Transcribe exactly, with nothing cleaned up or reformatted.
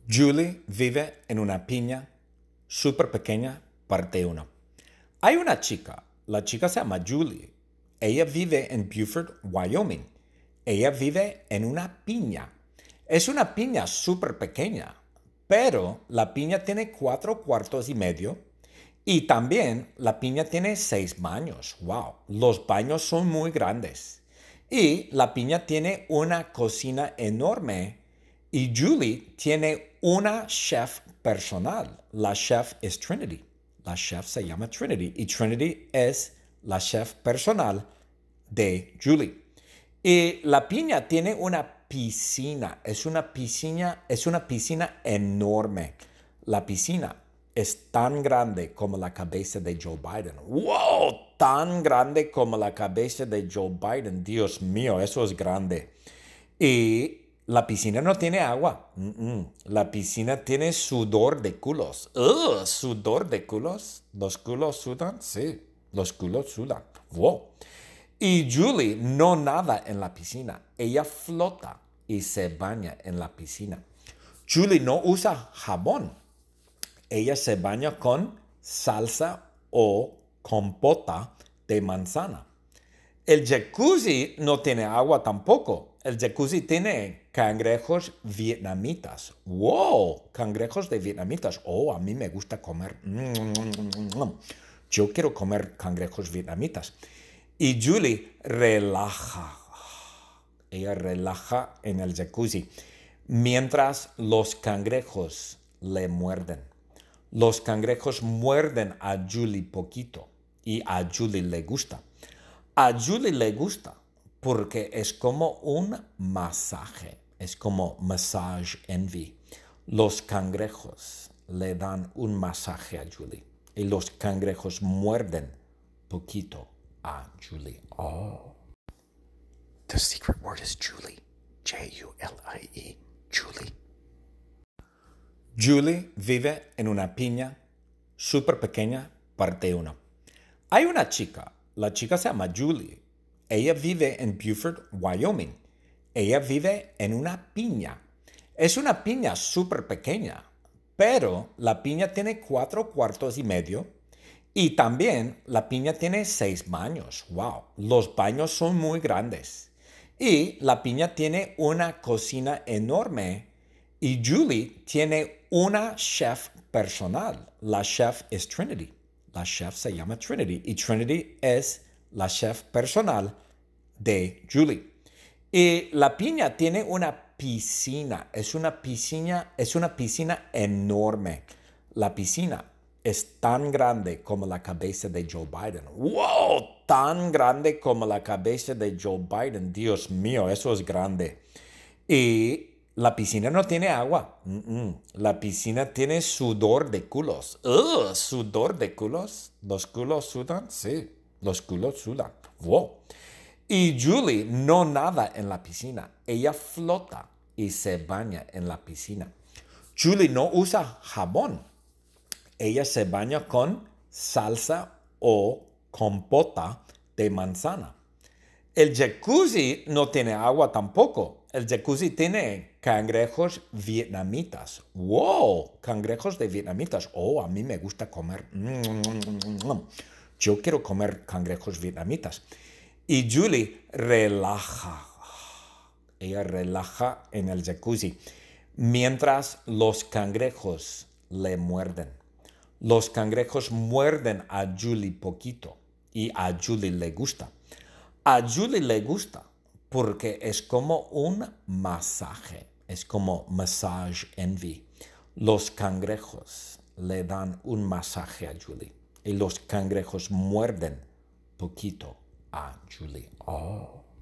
Julie vive en una piña súper pequeña, parte uno. Hay una chica, la chica se llama Julie. Ella vive en Buford, Wyoming. Ella vive en una piña. Es una piña súper pequeña, pero la piña tiene cuatro cuartos y medio y también la piña tiene seis baños. ¡Wow! Los baños son muy grandes. Y la piña tiene una cocina enorme y Julie tiene una chef personal. La chef es Trinity. La chef se llama Trinity y Trinity es la chef personal de Julie. Y la piña tiene una piscina. Es una piscina, es una piscina enorme. La piscina es tan grande como la cabeza de Joe Biden. ¡Wow! Tan grande como la cabeza de Joe Biden. Dios mío, eso es grande. Y la piscina no tiene agua. Mm-mm. La piscina tiene sudor de culos. ¡Ugh! ¿Sudor de culos? ¿Los culos sudan? Sí, los culos sudan. ¡Wow! Y Julie no nada en la piscina. Ella flota y se baña en la piscina. Julie no usa jabón. Ella se baña con salsa o compota de manzana. El jacuzzi no tiene agua tampoco. El jacuzzi tiene cangrejos vietnamitas. ¡Wow! Cangrejos de vietnamitas. Oh, a mí me gusta comer. Yo quiero comer cangrejos vietnamitas. Y Julie relaja. Ella relaja en el jacuzzi mientras los cangrejos le muerden. Los cangrejos muerden a Julie poquito y a Julie le gusta. A Julie le gusta porque es como un masaje, es como massage envy. Los cangrejos le dan un masaje a Julie y los cangrejos muerden poquito a Julie. Oh. The secret word is Julie. J U L I E. Julie. Julie vive en una piña súper pequeña, parte uno. Hay una chica, la chica se llama Julie. Ella vive en Buford, Wyoming. Ella vive en una piña. Es una piña súper pequeña, pero la piña tiene cuatro cuartos y medio y también la piña tiene seis baños. ¡Wow! Los baños son muy grandes. Y la piña tiene una cocina enorme y Julie tiene una chef personal. La chef es Trinity. La chef se llama Trinity y Trinity es la chef personal de Julie. Y la piña tiene una piscina. Es una piscina, es una piscina enorme. La piscina es tan grande como la cabeza de Joe Biden. ¡Wow! Tan grande como la cabeza de Joe Biden. Dios mío, eso es grande. Y la piscina no tiene agua. Mm-mm. La piscina tiene sudor de culos. ¡Ugh! ¿Sudor de culos? ¿Los culos sudan? Sí, los culos sudan. ¡Wow! Y Julie no nada en la piscina. Ella flota y se baña en la piscina. Julie no usa jabón. Ella se baña con salsa o compota de manzana. El jacuzzi no tiene agua tampoco. El jacuzzi tiene cangrejos vietnamitas. ¡Wow! Cangrejos de vietnamitas. Oh, a mí me gusta comer. Yo quiero comer cangrejos vietnamitas. Y Julie relaja. Ella relaja en el jacuzzi mientras los cangrejos le muerden. Los cangrejos muerden a Julie poquito y a Julie le gusta. A Julie le gusta porque es como un masaje, es como massage envy. Los cangrejos le dan un masaje a Julie y los cangrejos muerden poquito a Julie. Oh.